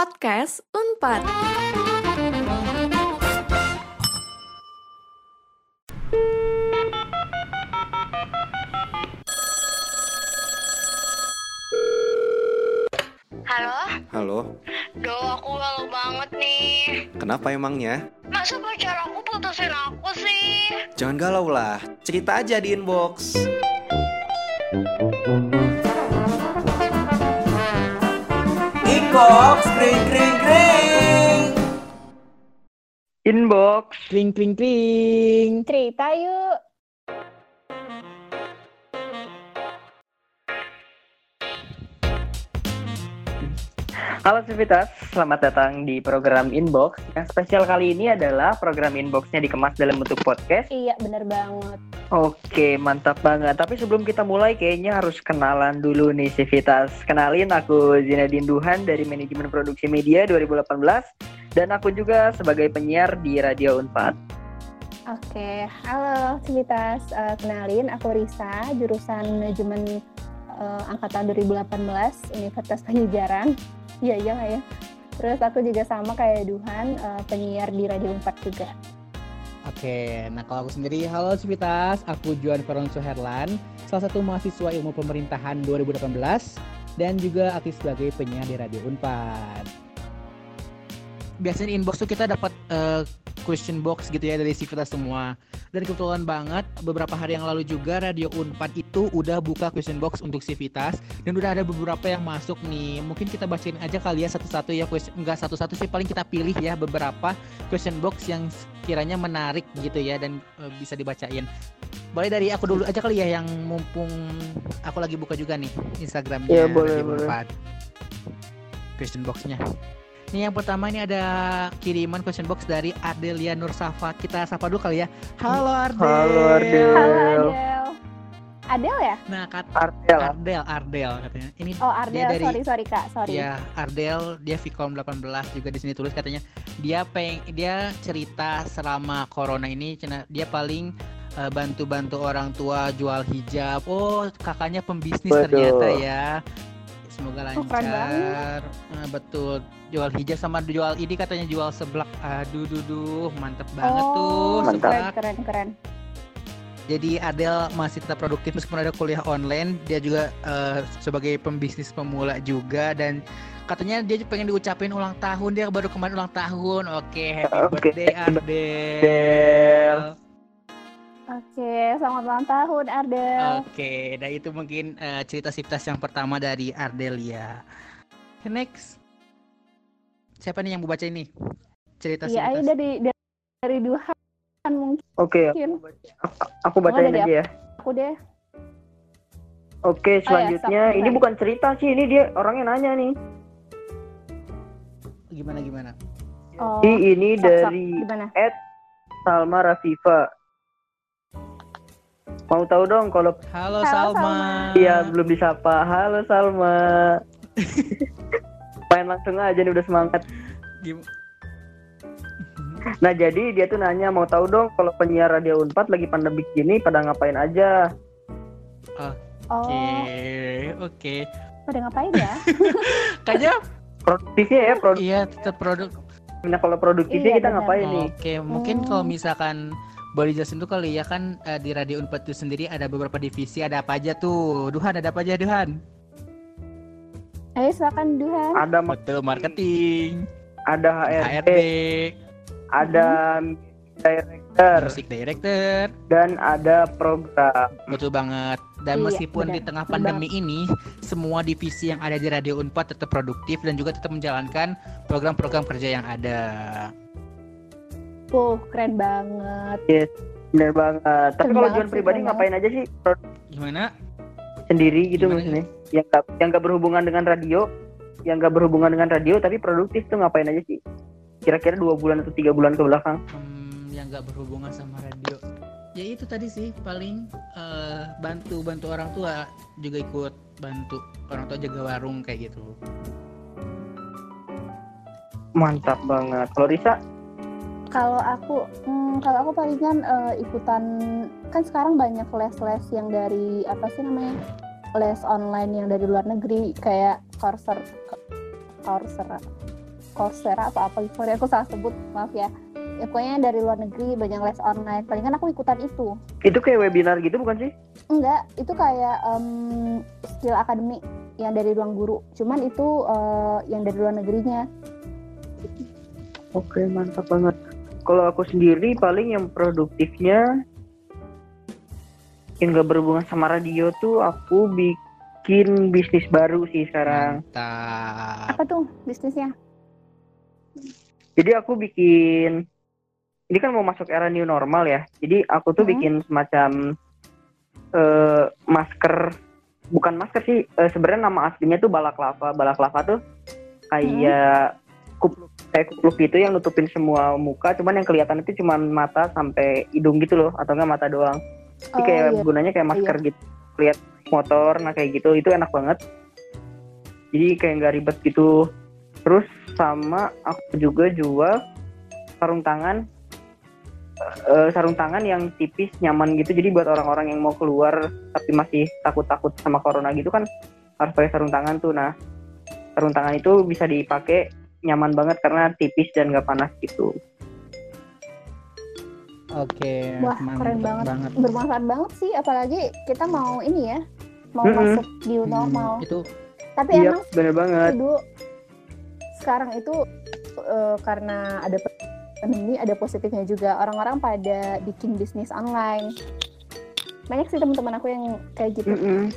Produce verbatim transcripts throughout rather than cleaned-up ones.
Podcast Unpad. Halo? Halo, Duh, aku galau banget nih. kenapa emangnya? Masa pacar aku putusin aku sih? Jangan galau lah, cerita aja di inbox. Inbox, kring kring kring. Inbox. Kring kring kring. Cerita yuk. Halo Civitas, selamat datang di program Inbox. Yang spesial kali ini adalah program Inboxnya dikemas dalam bentuk podcast. Iya, bener banget. Oke, mantap banget. Tapi sebelum kita mulai, kayaknya harus kenalan dulu nih Civitas. Kenalin, aku Zinedine Duhan dari Manajemen Produksi Media dua ribu delapan belas. Dan aku juga sebagai penyiar di Radio Unpad. Oke, halo Civitas. Uh, kenalin, aku Risa, jurusan Manajemen uh, Angkatan dua ribu delapan belas, Universitas Pajajaran. Iya, iya nggak ya? Terus aku juga sama kayak Duhan, uh, penyiar di Radio Unpad juga. Oke, nah kalau aku sendiri, halo Civitas, aku Juan Feronso Herlan, salah satu mahasiswa ilmu pemerintahan dua ribu delapan belas dan juga aktif sebagai penyiar di Radio Unpad. Biasanya di inbox tuh kita dapat uh, question box gitu ya dari Civitas semua. Dan kebetulan banget beberapa hari yang lalu juga Radio Unpad itu udah buka question box untuk Civitas dan udah ada beberapa yang masuk nih. Mungkin kita bacain aja kali ya satu-satu ya, question, enggak satu-satu sih, paling kita pilih ya beberapa question box yang kiranya menarik gitu ya dan e, bisa dibacain. Boleh dari aku dulu aja kali ya, yang mumpung aku lagi buka juga nih Instagramnya Ya, boleh, Radio boleh. Unpad. Question boxnya. Ini yang pertama, ini ada kiriman question box dari Ardelia Nursafa. Kita sapa dulu kali ya. Halo Ardel. Halo Ardel. Halo Adel. Adel ya? Nah, kat Ardel. Ardel, Ardel katanya. Ini Oh, dia Ardel, dari, sorry, sorry Kak, sorry. ya, Ardel, dia Vkom delapan belas juga di sini tulis katanya. Dia peng dia cerita selama corona ini dia paling uh, bantu-bantu orang tua jual hijab. Oh, kakaknya pembisnis Waduh. ternyata ya. Semoga Oh, keren lancar. Nah, betul. Jual hijab sama jual ini katanya jual seblak. Aduh, duh, duh, mantep banget Oh, tuh mantap. keren, seblak. keren, keren. Jadi Adel masih tetap produktif meskipun ada kuliah online. Dia juga uh, sebagai pembisnis pemula juga, dan katanya dia pengen diucapin ulang tahun. Dia baru kemarin ulang tahun. Oke, happy Oke. birthday Adel. Adel. Oke, selamat ulang tahun Ardel. Oke, nah itu mungkin uh, cerita Civitas yang pertama dari Ardelia. Next, siapa nih yang mau baca ini? Cerita Iya, ayo Civitas. dari dari, dari Duhan mungkin. Oke, aku, aku bacain dari aja ya. Aku deh. Oke, selanjutnya sok, ini sok. bukan cerita sih, ini dia orangnya nanya nih. Gimana gimana? Oh, Ini, ini sok, sok. dari Gimana? Ed Salma Rafifa. Mau tahu dong kalau Halo, Halo, Salma. Salma. iya belum disapa. Halo Salma. Main langsung aja nih, udah semangat. Gim- Nah jadi dia tuh nanya, mau tahu dong kalau penyiar Radio Unpad lagi pandemi gini pada ngapain aja? Oh, Oke, oke. pada ngapain ya? Kayaknya Produktifnya ya, produk. iya tetap produk. Nah kalau produktifnya Iya, kita benar. ngapain nih? Oke, mungkin Hmm. kalau misalkan boleh jelasin tuh kali ya, kan eh, di Radio Unpad itu sendiri ada beberapa divisi, ada apa aja tuh? Duhan, ada apa aja Duhan? Ayo silakan Duhan. Ada Betul, marketing, ada H R H R D, D, ada director, music director. dan ada program. Betul banget. Dan Iya, meskipun benar. di tengah Benar pandemi ini, semua divisi yang ada di Radio Unpad tetap produktif dan juga tetap menjalankan program-program kerja yang ada. Tuh, keren banget. Bener banget. Tapi Keren kalau banget Juan sih, pribadi keren ngapain aja sih? Produk Gimana? sendiri gitu Gimana? maksudnya? Yang gak, yang gak berhubungan dengan radio, yang gak berhubungan dengan radio tapi produktif tuh ngapain aja sih? Kira-kira dua bulan atau tiga bulan ke belakang? Hmm, yang nggak berhubungan sama radio. Ya itu tadi sih, paling eh, bantu bantu orang tua, juga ikut bantu orang tua jaga warung kayak gitu. Mantap banget. Kalau Risa? Kalau aku, hmm, kalau aku palingan eh, ikutan, kan sekarang banyak les-les yang dari apa sih namanya, les online yang dari luar negeri kayak Coursera, Coursera, Coursera atau apa gitu. Sorry, aku salah sebut, maaf ya. Ya pokoknya dari luar negeri banyak les online. Palingan aku ikutan itu. Itu kayak webinar gitu bukan sih? Enggak, itu kayak um, skill academy yang dari ruang guru. Cuman itu uh, yang dari luar negerinya. Oke, mantap banget. Kalau aku sendiri paling yang produktifnya yang gak berhubungan sama radio tuh aku bikin bisnis baru sih sekarang. Mantap. Apa tuh bisnisnya? Jadi aku bikin, ini kan mau masuk era new normal ya. Jadi aku tuh Hmm. bikin semacam uh, masker, bukan masker sih. Uh, sebenarnya nama aslinya tuh balaklava. Balaklava tuh kayak kupluk, kayak kupluk gitu yang nutupin semua muka. Cuman yang kelihatan itu cuma mata sampai hidung gitu loh, atau enggak mata doang. Jadi Oh, kayak iya. gunanya kayak masker gitu. Lihat motor, nah kayak gitu. Itu enak banget. Jadi kayak nggak ribet gitu. Terus sama aku juga jual sarung tangan, uh, sarung tangan yang tipis, nyaman gitu. Jadi buat orang-orang yang mau keluar tapi masih takut-takut sama corona gitu kan harus pakai sarung tangan tuh. Nah, sarung tangan itu bisa dipakai nyaman banget karena tipis dan nggak panas gitu. Oke. Wah, keren mantap banget. Bermanfaat banget sih, apalagi kita mau ini ya, mau Mm-mm. masuk new Hmm, normal. itu Tapi Iya, emang bener banget. dulu sekarang itu eh, karena ada pandemi, ada positifnya juga. Orang-orang pada bikin bisnis online. Banyak sih teman-teman aku yang kayak gitu. Mm-mm.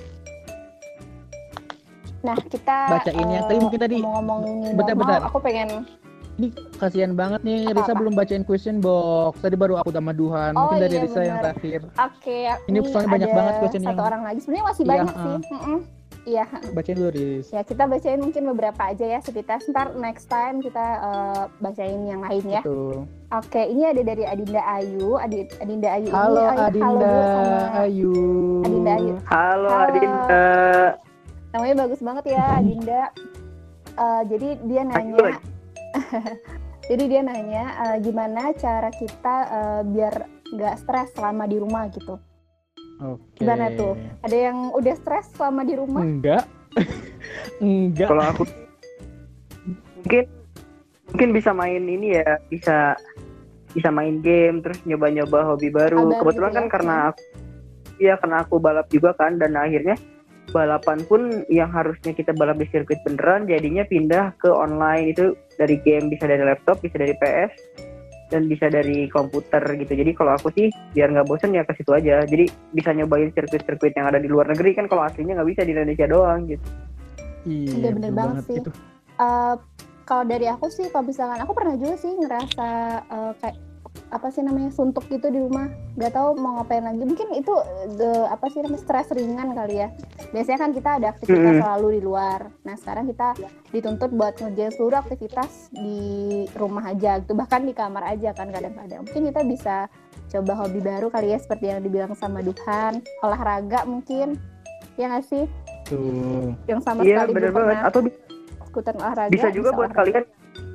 Nah, kita Bacain yang eh, tadi mungkin tadi. ngomongin Bentar, normal, bentar. aku pengen Ini kasihan banget nih, Apa-apa? Risa belum bacain question box. Tadi baru aku sama Duhan. Oh, Mungkin dari iya, Risa yang benar. terakhir. Oke, Ini soalnya banyak ada banget question satu yang- orang lagi. Sebenarnya masih Iya, banyak uh. sih. Mm-mm. Iya. Bacain dulu, Riz. Ya, kita bacain mungkin beberapa aja ya, sekitar ntar next time kita eh, bacain yang lain ya. Betul. Oke, ini ada dari Adinda Ayu. Adi, Adinda Ayu Halo ini Ayu, Adinda, halo dulu sama Ayu. Adinda Ayu. Halo, Halo. Adinda. Namanya bagus banget ya, Adinda. Eh, jadi dia Ayu nanya, lagi. jadi dia nanya eh, gimana cara kita eh, biar nggak stres selama di rumah gitu. Oke. Gimana tuh? Ada yang udah stres selama di rumah? Enggak. Enggak. Kalau aku mungkin mungkin bisa main ini ya, bisa bisa main game terus nyoba-nyoba hobi baru. Abang Kebetulan gitu kan ya? karena aku iya karena aku balap juga kan, dan akhirnya balapan pun yang harusnya kita balap di sirkuit beneran jadinya pindah ke online. Itu dari game, bisa dari laptop, bisa dari P S, dan bisa dari komputer gitu. Jadi kalau aku sih biar nggak bosen ya ke situ aja. Jadi bisa nyobain sirkuit-sirkuit yang ada di luar negeri kan, kalau aslinya nggak bisa di Indonesia doang gitu. Iya, Udah bener betul banget sih. itu. Eh, kalau dari aku sih, kalau misalkan aku pernah juga sih ngerasa eh, kayak apa sih namanya suntuk gitu di rumah, nggak tahu mau ngapain lagi. Mungkin itu the, apa sih namanya stres ringan kali ya. Biasanya kan kita ada aktivitas Mm-mm. selalu di luar. Nah sekarang kita dituntut buat ngerjain seluruh aktivitas di rumah aja gitu, bahkan di kamar aja kan kadang-kadang. Mungkin kita bisa coba hobi baru kali ya, seperti yang dibilang sama Duhan, olahraga mungkin, ya nggak sih? Tuh. Yang sama Iya sekali bener belum banget. pernah Atau ikutan olahraga. bisa juga buat olahraga. kalian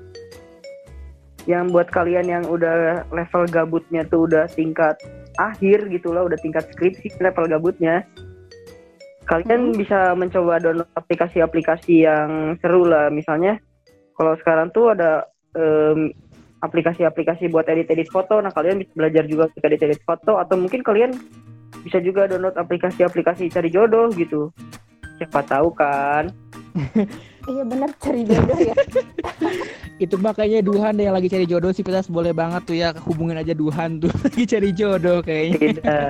yang buat kalian yang udah level gabutnya tuh udah tingkat akhir gitu lah, udah tingkat skripsi level gabutnya, kalian Hmm. bisa mencoba download aplikasi-aplikasi yang seru lah. Misalnya kalau sekarang tuh ada em, aplikasi-aplikasi buat edit-edit foto. Nah kalian bisa belajar juga untuk edit-edit foto, atau mungkin kalian bisa juga download aplikasi-aplikasi cari jodoh gitu. Siapa tahu kan. Iya bener, cari jodoh ya. Itu makanya Duhan deh yang lagi cari jodoh sih, kita boleh banget tuh ya hubungin aja Duhan tuh lagi cari jodoh kayaknya. Beda.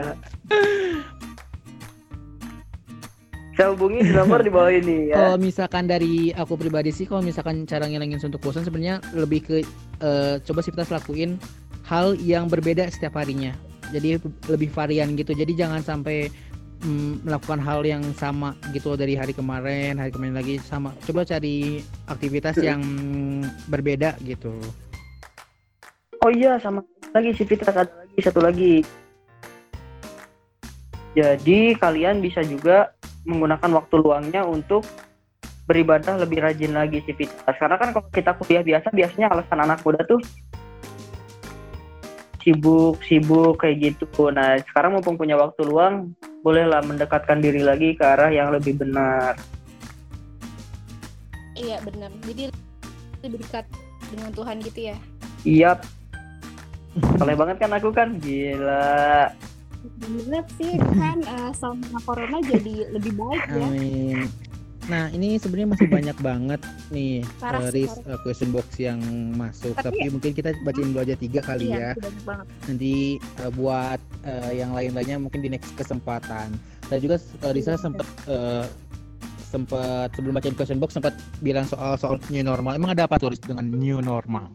Saya hubungi di nomor di bawah ini ya. Kalau misalkan dari aku pribadi sih, kalau misalkan cara ngilangin suntuk bosan sebenarnya lebih ke eh, coba sih kita lakuin hal yang berbeda setiap harinya. Jadi lebih varian gitu. Jadi jangan sampai mm, melakukan hal yang sama gitu dari hari kemarin, hari kemarin lagi sama. Coba cari aktivitas yang berbeda gitu. Oh iya, sama lagi si Fitras, ada lagi satu lagi. Jadi kalian bisa juga menggunakan waktu luangnya untuk beribadah lebih rajin lagi si Fitras. Karena kan kalau kita kuliah biasa, biasanya alasan anak muda tuh sibuk-sibuk kayak gitu. Nah sekarang mumpung punya waktu luang, bolehlah mendekatkan diri lagi ke arah yang lebih benar. Iya benar. Jadi lebih dekat dengan Tuhan gitu ya. Iya. Soleh banget kan aku kan, gila. Bener sih kan uh, sama corona jadi lebih baik ya. Amin. Nah, ini sebenarnya masih banyak banget nih Parah uh, sih, Riz, parah. uh, question box yang masuk. Tapi- Tapi, mungkin kita bacain dulu aja tiga kali Iya, ya. banyak banget. Nanti uh, buat uh, yang lain-lainnya mungkin di next kesempatan. Dan juga uh, Risa sempat uh, sempat sebelum bacain question box sempat bilang soal soal new normal. Emang ada apa tuh Riz, dengan new normal?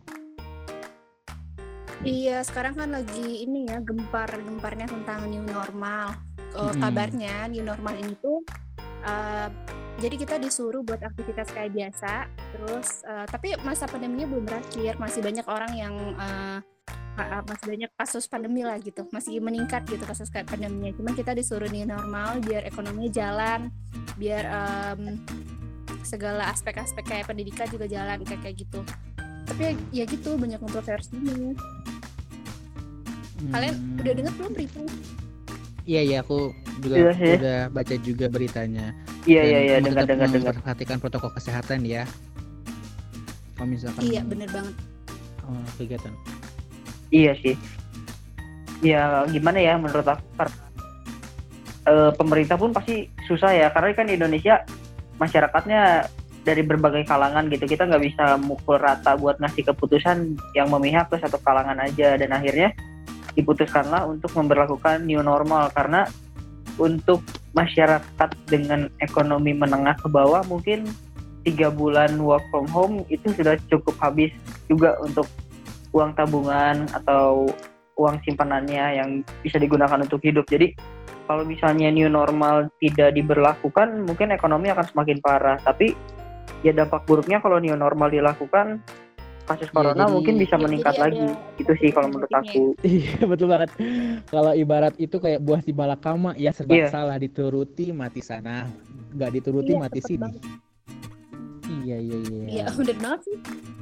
Iya, sekarang kan lagi ini ya gempar-gemparnya tentang new normal. Uh, Mm-mm. Kabarnya new normal ini tuh uh, jadi kita disuruh buat aktivitas kayak biasa. Terus uh, tapi masa pandeminya belum berakhir, masih banyak orang yang uh, uh, masih banyak kasus pandemi lah gitu, masih meningkat gitu kasus kayak pandeminya. Cuman kita disuruh new normal biar ekonominya jalan, biar um, segala aspek-aspek kayak pendidikan juga jalan kayak kayak gitu. Tapi ya gitu banyak kontroversinya. Kalian Hmm. udah dengar belum berita? Iya iya aku juga Iya sih. udah baca juga beritanya. Iya Dan iya iya, emang dengar tetap dengar dengar. memperhatikan protokol kesehatan ya. Kalau misalkan Iya bener banget. oh, kegiatan. Iya sih. Ya gimana ya menurut aku per- eh, pemerintah pun pasti susah ya karena kan di Indonesia masyarakatnya dari berbagai kalangan gitu, kita nggak bisa mukul rata buat ngasih keputusan yang memihak ke satu kalangan aja, dan akhirnya diputuskanlah untuk memberlakukan new normal karena untuk masyarakat dengan ekonomi menengah ke bawah mungkin tiga bulan work from home itu sudah cukup habis juga untuk uang tabungan atau uang simpanannya yang bisa digunakan untuk hidup. Jadi kalau misalnya new normal tidak diberlakukan mungkin ekonomi akan semakin parah, tapi ya dampak buruknya kalau new normal dilakukan kasus Iya, corona jadi- mungkin bisa Ya, meningkat jadi lagi. ada Itu sih kalau menurut positifnya. aku. Iya betul banget. Kalau ibarat itu kayak buah si malakama ya serba Iya. salah, dituruti mati sana, nggak dituruti Iya, mati cepet sini. banget. Iya iya iya. Iya bener banget sih.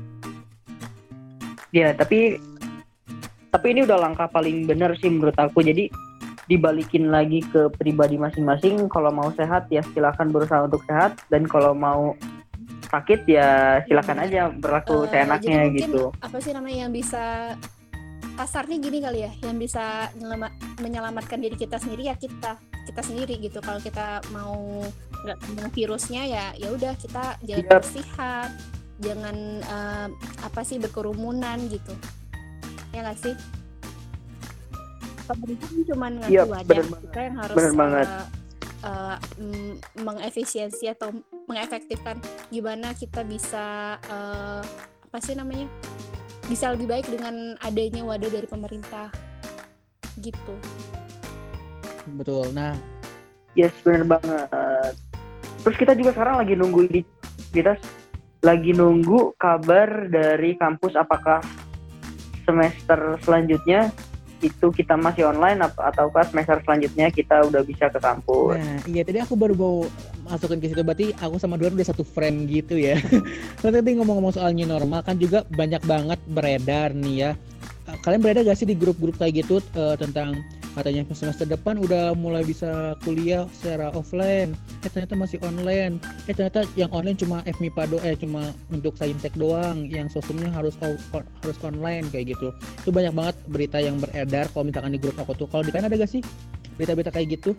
Ya, tapi tapi ini udah langkah paling benar sih menurut aku. Jadi dibalikin lagi ke pribadi masing-masing. Kalau mau sehat ya silakan berusaha untuk sehat, dan kalau mau sakit ya silakan aja berlaku Eh, seenaknya jadi mungkin gitu. apa sih namanya yang bisa kasarnya gini kali ya, yang bisa nyelama- menyelamatkan diri kita sendiri ya kita kita sendiri gitu. Kalau kita mau nggak kena virusnya ya ya udah kita jaga Yap. bersihat, jangan eh, apa sih berkerumunan gitu ya nggak sih. Pemerintah kan cuma ngasih Yap, wadah, bener banget. kita yang harus Bener banget. eh, eh, mm, mengefisiensi atau mengefektifkan gimana kita bisa eh, apa sih namanya bisa lebih baik dengan adanya wadah dari pemerintah gitu. Betul. Nah Yes, bener banget. Terus kita juga sekarang lagi nunggu ini, kita lagi nunggu kabar dari kampus apakah semester selanjutnya itu kita masih online ap- ataukah semester selanjutnya kita udah bisa ke kampus. Nah, iya tadi aku baru mau masukin ke situ, berarti aku sama Duan udah satu frame gitu ya. Kan tadi ngomong-ngomong soal new normal kan juga banyak banget beredar nih ya. Eh, Kalian beredar gak sih di grup-grup kayak gitu eh, tentang katanya semester depan udah mulai bisa kuliah secara offline, eh ternyata masih online, eh ternyata yang online cuma F M I P A do, eh cuma untuk saintek doang, yang sosumnya harus o- o- harus online kayak gitu. Itu banyak banget berita yang beredar kalau misalkan di grup aku tuh. Kalau di kalian ada gak sih berita-berita kayak gitu?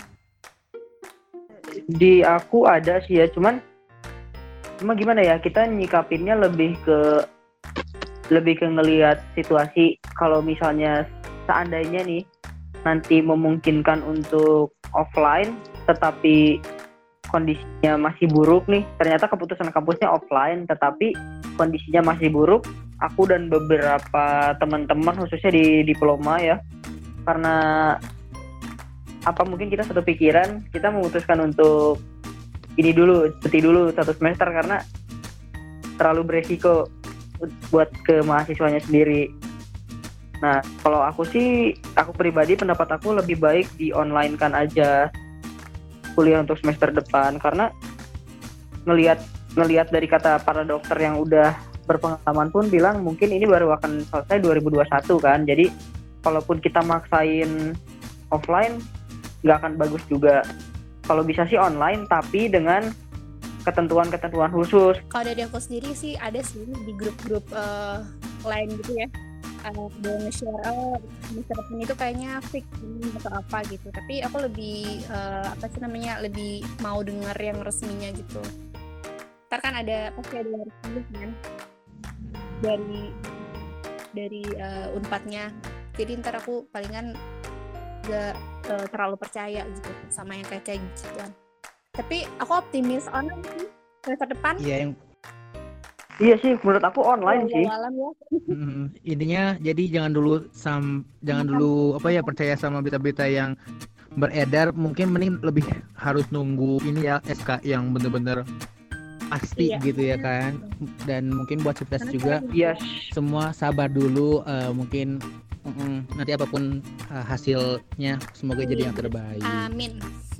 Di aku ada sih ya, cuman cuma gimana ya, kita nyikapinnya lebih ke lebih ke ngelihat situasi. Kalau misalnya seandainya nih nanti memungkinkan untuk offline tetapi kondisinya masih buruk nih, ternyata keputusan kampusnya offline tetapi kondisinya masih buruk, aku dan beberapa teman-teman khususnya di diploma ya, karena apa mungkin kita satu pikiran, kita memutuskan untuk ini dulu, cuti dulu satu semester karena terlalu beresiko buat ke mahasiswanya sendiri. Nah, kalau aku sih, aku pribadi pendapat aku lebih baik di online kan aja kuliah untuk semester depan, karena ngelihat ngelihat dari kata para dokter yang udah berpengalaman pun bilang mungkin ini baru akan selesai dua ribu dua puluh satu kan. Jadi kalaupun kita maksain offline nggak akan bagus juga. Kalau bisa sih online tapi dengan ketentuan-ketentuan khusus. Kalau dari aku sendiri sih ada sih di grup-grup uh, lain gitu ya. Uh, ada nge-share, oh misalkan itu kayaknya fake ini atau apa gitu. Tapi aku lebih uh, apa sih namanya lebih mau dengar yang resminya gitu. Ntar kan ada pasti ada yang resmi kan dari dari uh, Unpadnya. Jadi ntar aku palingan gak uh, terlalu percaya gitu sama yang kayak kayak gitu. Tapi aku optimis online sih semester depan. Iya yang Iya sih, menurut aku online Ya, sih. alam ya. mm, intinya jadi jangan dulu sam jangan dulu apa ya percaya sama berita-berita yang beredar. Mungkin mending lebih harus nunggu ini ya S K yang bener-bener pasti Iya. gitu ya kan. Dan mungkin buat Civitas Karena juga sekarang Yes. semua sabar dulu, eh, mungkin mm, nanti apapun eh, hasilnya semoga jadi yang terbaik. Amin.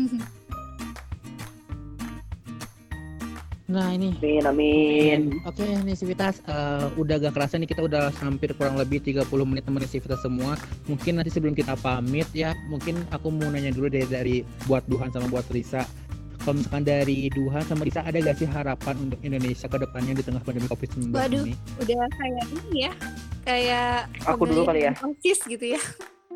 Nah ini Amin, amin. oke nih Civitas, eh, udah gak kerasa nih kita udah hampir kurang lebih tiga puluh menit temenin Civitas semua. Mungkin nanti sebelum kita pamit ya, mungkin aku mau nanya dulu dari dari buat Duhan sama buat Risa. Kalau misalkan dari Duhan sama Risa, ada gak sih harapan untuk Indonesia ke depannya di tengah pandemi covid sembilan belas Waduh. ini? Udah kayak ini ya, kayak Aku dulu kali ya. OSIS gitu ya.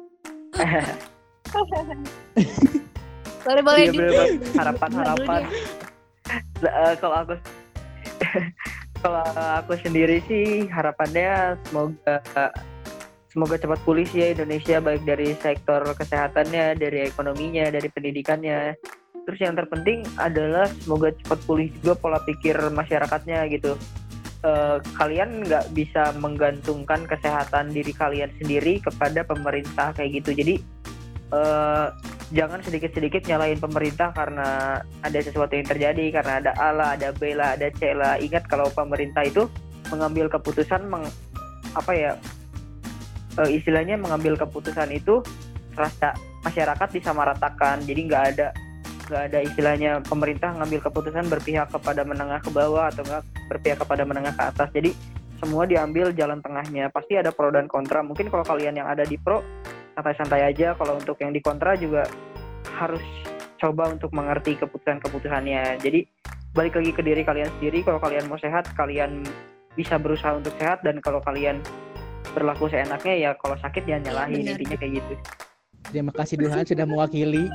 boleh boleh Iya di bener banget. Harapan-harapan. Eh, kalau aku kalau aku sendiri sih harapannya semoga semoga cepat pulih sih ya Indonesia, baik dari sektor kesehatannya, dari ekonominya, dari pendidikannya. Terus yang terpenting adalah semoga cepat pulih juga pola pikir masyarakatnya gitu. Eh, kalian nggak bisa menggantungkan kesehatan diri kalian sendiri kepada pemerintah kayak gitu. Jadi eh, jangan sedikit-sedikit nyalain pemerintah karena ada sesuatu yang terjadi, karena ada A lah, ada B lah, ada C lah. Ingat kalau pemerintah itu mengambil keputusan meng, apa ya e, istilahnya mengambil keputusan itu rasa masyarakat disamaratakan. Jadi nggak ada nggak ada istilahnya pemerintah ngambil keputusan berpihak kepada menengah ke bawah atau nggak berpihak kepada menengah ke atas. Jadi semua diambil jalan tengahnya. Pasti ada pro dan kontra. Mungkin kalau kalian yang ada di pro santai-santai aja, kalau untuk yang di kontra juga harus coba untuk mengerti keputusan-keputusannya. Jadi balik lagi ke diri kalian sendiri. Kalau kalian mau sehat, kalian bisa berusaha untuk sehat, dan kalau kalian berlaku seenaknya ya kalau sakit jangan nyalahin. benar. Intinya kayak gitu. Terima kasih Duhan sudah mewakili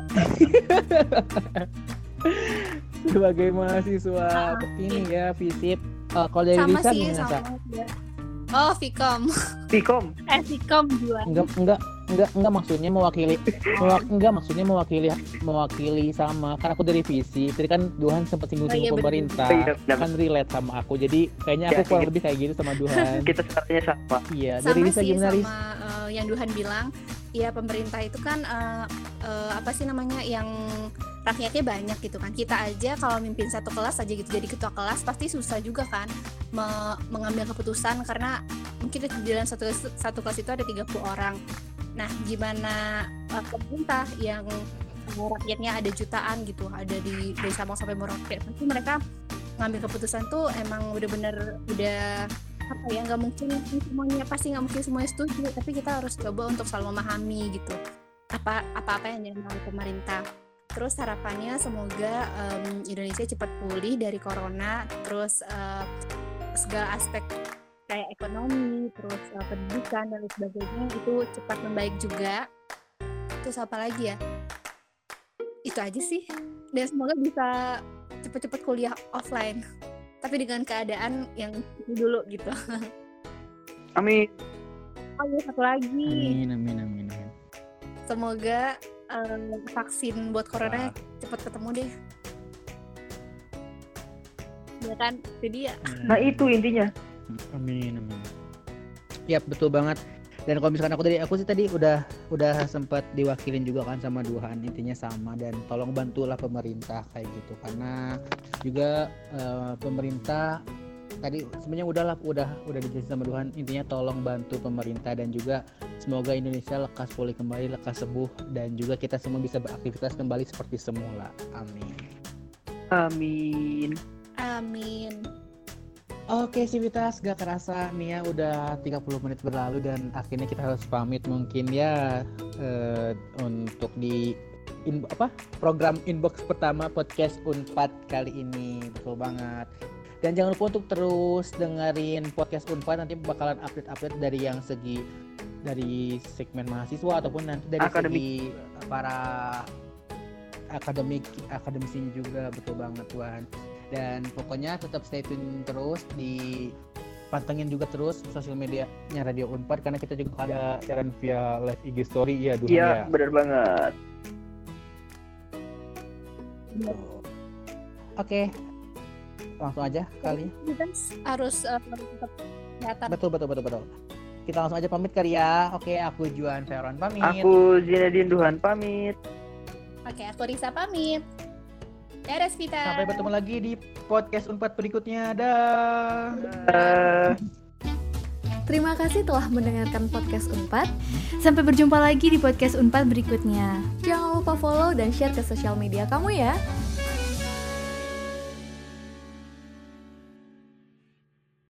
sebagai mahasiswa Ah, ini ya FISIP. Eh, kalau dari sama Risa sih gimana, Sa? sama ya. Oh, Vkom. Vkom, Eh, Vkom dua. Enggak, enggak, enggak, enggak maksudnya mewakili, mewak, enggak maksudnya mewakili, mewakili sama. Kan aku dari visi, tadi kan Duhan sempat Oh, singgung-singgung iya, bener. pemerintah, Iya, bener. kan relate sama aku. Jadi kayaknya aku Ya, kurang iya. lebih kayak gitu sama Duhan. kita sepertinya sama. Iya, dari Sama Risa sih gimana Ris? sama eh, yang Duhan bilang, ya pemerintah itu kan eh, eh, apa sih namanya yang rakyatnya banyak gitu kan. Kita aja kalau mimpin satu kelas aja gitu jadi ketua kelas pasti susah juga kan me- mengambil keputusan karena mungkin di dalam satu satu kelas itu ada tiga puluh orang. Nah, gimana uh, pemerintah yang uh, rakyatnya ada jutaan gitu, ada di dari Sabang sampai Merauke, pasti mereka ngambil keputusan tuh emang bener-bener udah apa ya, nggak mungkin semuanya, pasti nggak mungkin semuanya setuju, tapi kita harus coba untuk selalu memahami gitu apa apa-apa yang dilakukan oleh pemerintah. Terus harapannya semoga um, Indonesia cepat pulih dari corona, terus uh, segala aspek kayak ekonomi, terus uh, pendidikan dan lain sebagainya itu cepat membaik juga. Terus apa lagi ya? Itu aja sih. Dan semoga bisa cepat-cepat kuliah offline. Tapi dengan keadaan yang dulu gitu. Amin. Oh iya, satu lagi. Amin, amin, amin, amin. Semoga um, vaksin buat corona cepat ketemu deh. Ya kan? Jadi ya Nah itu intinya. Amin, amin. Ya betul banget. Dan kalau misalkan aku tadi, aku sih tadi udah udah sempat diwakilin juga kan sama Duhan, intinya sama, dan tolong bantulah pemerintah kayak gitu, karena juga eh, pemerintah tadi sebenarnya udahlah udah udah dijelasin sama Duhan, intinya tolong bantu pemerintah dan juga semoga Indonesia lekas pulih kembali, lekas sembuh, dan juga kita semua bisa beraktivitas kembali seperti semula. Amin. Amin. amin. Oke Civitas, gak kerasa nih ya udah tiga puluh menit berlalu dan akhirnya kita harus pamit mungkin ya eh, untuk di in, apa program inbox pertama podcast Unpad kali ini. Betul banget. Dan jangan lupa untuk terus dengerin podcast Unpad, nanti bakalan update-update dari yang segi dari segmen mahasiswa ataupun nanti dari Akademik. segi para akademik akademisi juga. Betul banget Tuan. Dan pokoknya tetap stay tune terus, di pantengin juga terus sosial medianya Radio Unpad karena kita juga ada siaran via live I G story ya Duhan Iya, ya. benar banget. Oke. Langsung aja kali. Kita harus uh, tetap kelihatan. Betul betul betul betul. Kita langsung aja pamit kali ya. Oke, aku Juan Feron pamit. Aku Zinedine Duhan pamit. Oke, aku Risa pamit. Dadah Vita. Sampai bertemu lagi di podcast Unpad berikutnya. Dah. Eh, Terima kasih telah mendengarkan podcast Unpad. Sampai berjumpa lagi di podcast Unpad berikutnya. Jangan lupa follow dan share ke sosial media kamu ya.